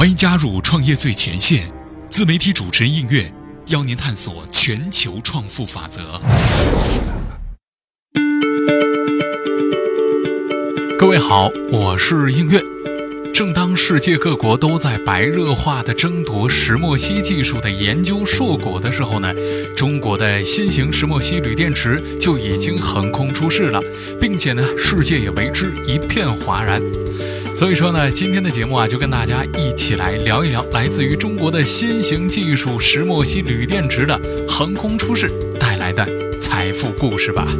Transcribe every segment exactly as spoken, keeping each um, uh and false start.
欢迎加入创业最前线，自媒体主持人应月邀您探索全球创富法则。各位好，我是应月。正当世界各国都在白热化地争夺石墨烯技术的研究硕果的时候呢，中国的新型石墨烯铝电池就已经横空出世了，并且呢，世界也为之一片哗然。所以说呢，今天的节目啊，就跟大家一起来聊一聊来自于中国的新型技术石墨烯铝电池的横空出世带来的财富故事吧。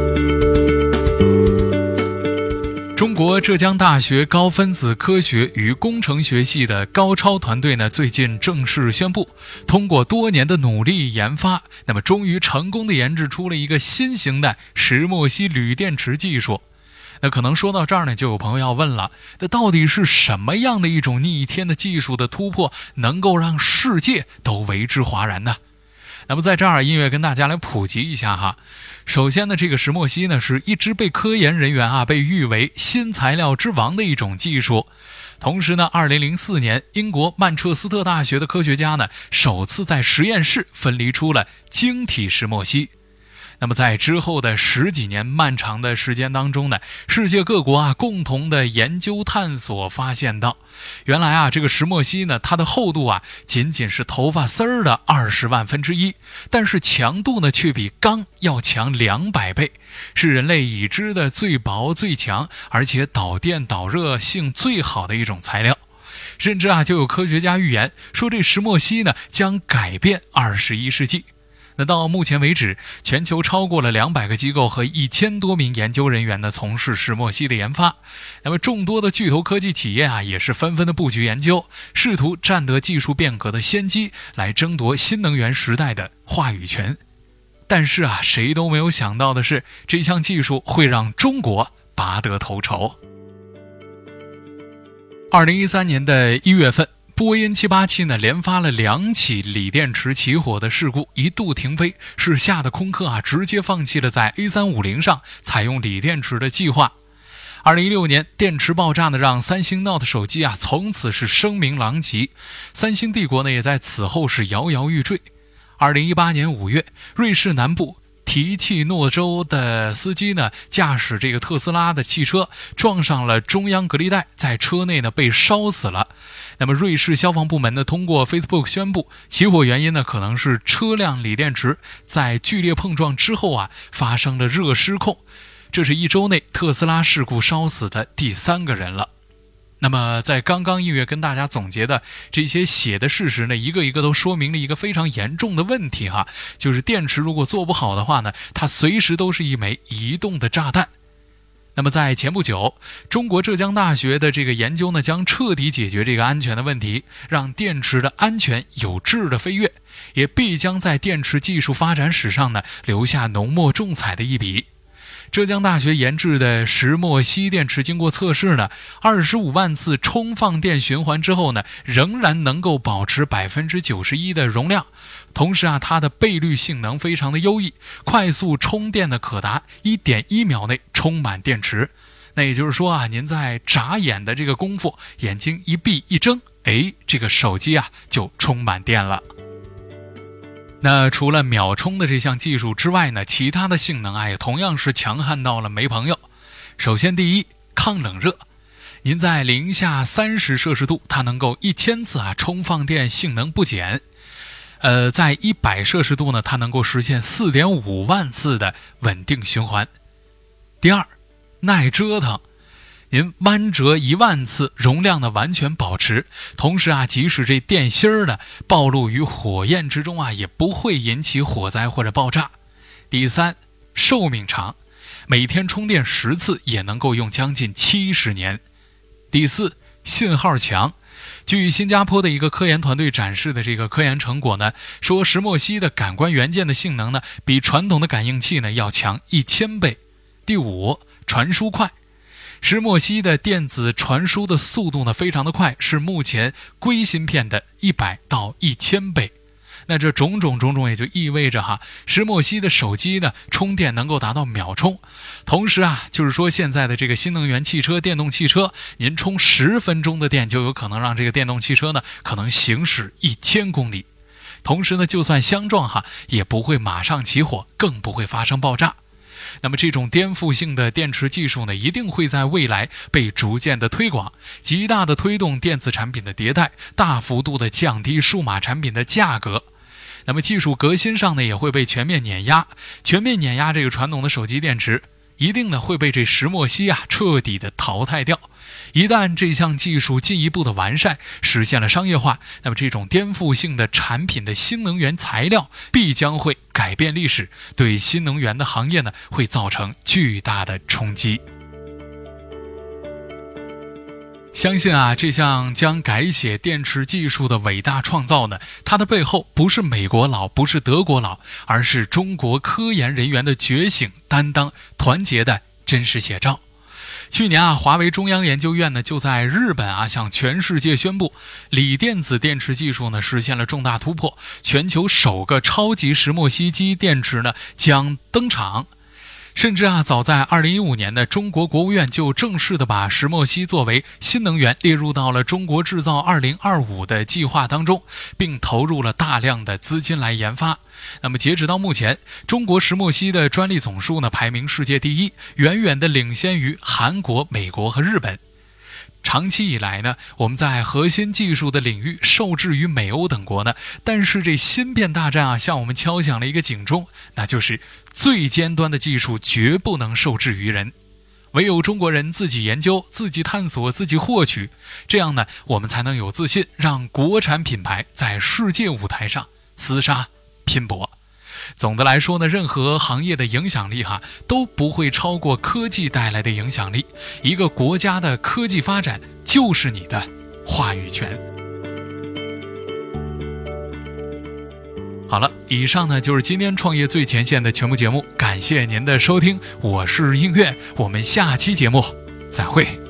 中国浙江大学高分子科学与工程学系的高超团队呢，最近正式宣布，通过多年的努力研发，那么终于成功的研制出了一个新型的石墨烯铝电池技术。那可能说到这儿呢，就有朋友要问了，这到底是什么样的一种逆天的技术的突破，能够让世界都为之哗然呢？那么在这儿，音乐跟大家来普及一下哈。首先呢，这个石墨烯呢，是一直被科研人员啊被誉为新材料之王的一种技术。同时呢，二零零四年，英国曼彻斯特大学的科学家呢，首次在实验室分离出了晶体石墨烯。那么在之后的十几年漫长的时间当中呢，世界各国啊共同的研究探索发现到，原来啊这个石墨烯呢，它的厚度啊仅仅是头发丝儿的二十万分之一，但是强度呢却比钢要强两百倍，是人类已知的最薄最强，而且导电导热性最好的一种材料。甚至啊就有科学家预言说，这石墨烯呢将改变二十一世纪。那到目前为止，全球超过了两百个机构和一千多名研究人员呢从事石墨烯的研发。那么众多的巨头科技企业啊也是纷纷的布局研究，试图占得技术变革的先机，来争夺新能源时代的话语权。但是啊，谁都没有想到的是，这项技术会让中国拔得头筹。二零一三年的一月份，波音七八七呢连发了两起锂电池起火的事故，一度停飞，是吓得空客啊直接放弃了在 A三五零 上采用锂电池的计划。二零一六年，电池爆炸呢让三星 Note 手机啊从此是声名狼藉，三星帝国呢也在此后是摇摇欲坠。二零一八年五月，瑞士南部提契诺州的司机呢驾驶这个特斯拉的汽车撞上了中央隔离带，在车内呢被烧死了。那么瑞士消防部门呢通过 Facebook 宣布，起火原因呢可能是车辆锂电池在剧烈碰撞之后啊发生了热失控。这是一周内特斯拉事故烧死的第三个人了。那么在刚刚音乐跟大家总结的这些写的事实呢，一个一个都说明了一个非常严重的问题哈，就是电池如果做不好的话呢，它随时都是一枚移动的炸弹。那么在前不久，中国浙江大学的这个研究呢，将彻底解决这个安全的问题，让电池的安全有质的飞跃，也必将在电池技术发展史上呢留下浓墨重彩的一笔。浙江大学研制的石墨烯电池经过测试呢，二十五万次充放电循环之后呢，仍然能够保持 百分之九十一 的容量。同时啊，它的倍率性能非常的优异，快速充电的可达 一点一秒内充满电池。那也就是说啊，您在眨眼的这个功夫，眼睛一闭一睁，哎，这个手机啊就充满电了。那除了秒充的这项技术之外呢，其他的性能啊也同样是强悍到了没朋友。首先第一，抗冷热。您在零下三十摄氏度，它能够一千次啊充放电，性能不减。呃，在一百摄氏度呢，它能够实现 四点五万次的稳定循环。第二，耐折腾。您弯折一万次，容量呢完全保持，同时啊，即使这电芯儿呢暴露于火焰之中啊，也不会引起火灾或者爆炸。第三，寿命长，每天充电十次也能够用将近七十年。第四，信号强。据新加坡的一个科研团队展示的这个科研成果呢，说石墨烯的感官元件的性能呢，比传统的感应器呢要强一千倍。第五，传输快。石墨烯的电子传输的速度呢非常的快，是目前硅芯片的一百到一千倍。 那这种种种种也就意味着哈，石墨烯的手机呢充电能够达到秒充。同时啊，就是说现在的这个新能源汽车、电动汽车，您充十分钟的电就有可能让这个电动汽车呢可能行驶一千公里。同时呢，就算相撞哈，也不会马上起火，更不会发生爆炸。那么这种颠覆性的电池技术呢，一定会在未来被逐渐的推广，极大的推动电子产品的迭代，大幅度的降低数码产品的价格。那么技术革新上呢，也会被全面碾压，全面碾压这个传统的手机电池，一定呢会被这石墨烯啊彻底的淘汰掉。一旦这项技术进一步的完善，实现了商业化，那么这种颠覆性的产品的新能源材料必将会改变历史，对新能源的行业呢会造成巨大的冲击。相信啊，这项将改写电池技术的伟大创造呢，它的背后不是美国佬，不是德国佬，而是中国科研人员的觉醒、担当、团结的真实写照。去年啊，华为中央研究院呢就在日本啊向全世界宣布，锂电子电池技术呢实现了重大突破，全球首个超级石墨烯基电池呢将登场。甚至啊，早在二零一五年的中国国务院就正式的把石墨烯作为新能源列入到了中国制造二零二五的计划当中，并投入了大量的资金来研发。那么截止到目前，中国石墨烯的专利总数呢排名世界第一，远远的领先于韩国、美国和日本。长期以来呢，我们在核心技术的领域受制于美欧等国呢，但是这芯片大战啊，向我们敲响了一个警钟，那就是最尖端的技术绝不能受制于人，唯有中国人自己研究、自己探索、自己获取，这样呢，我们才能有自信让国产品牌在世界舞台上厮杀拼搏。总的来说呢，任何行业的影响力哈都不会超过科技带来的影响力。一个国家的科技发展就是你的话语权。好了，以上呢就是今天创业最前线的全部节目，感谢您的收听，我是音乐，我们下期节目再会。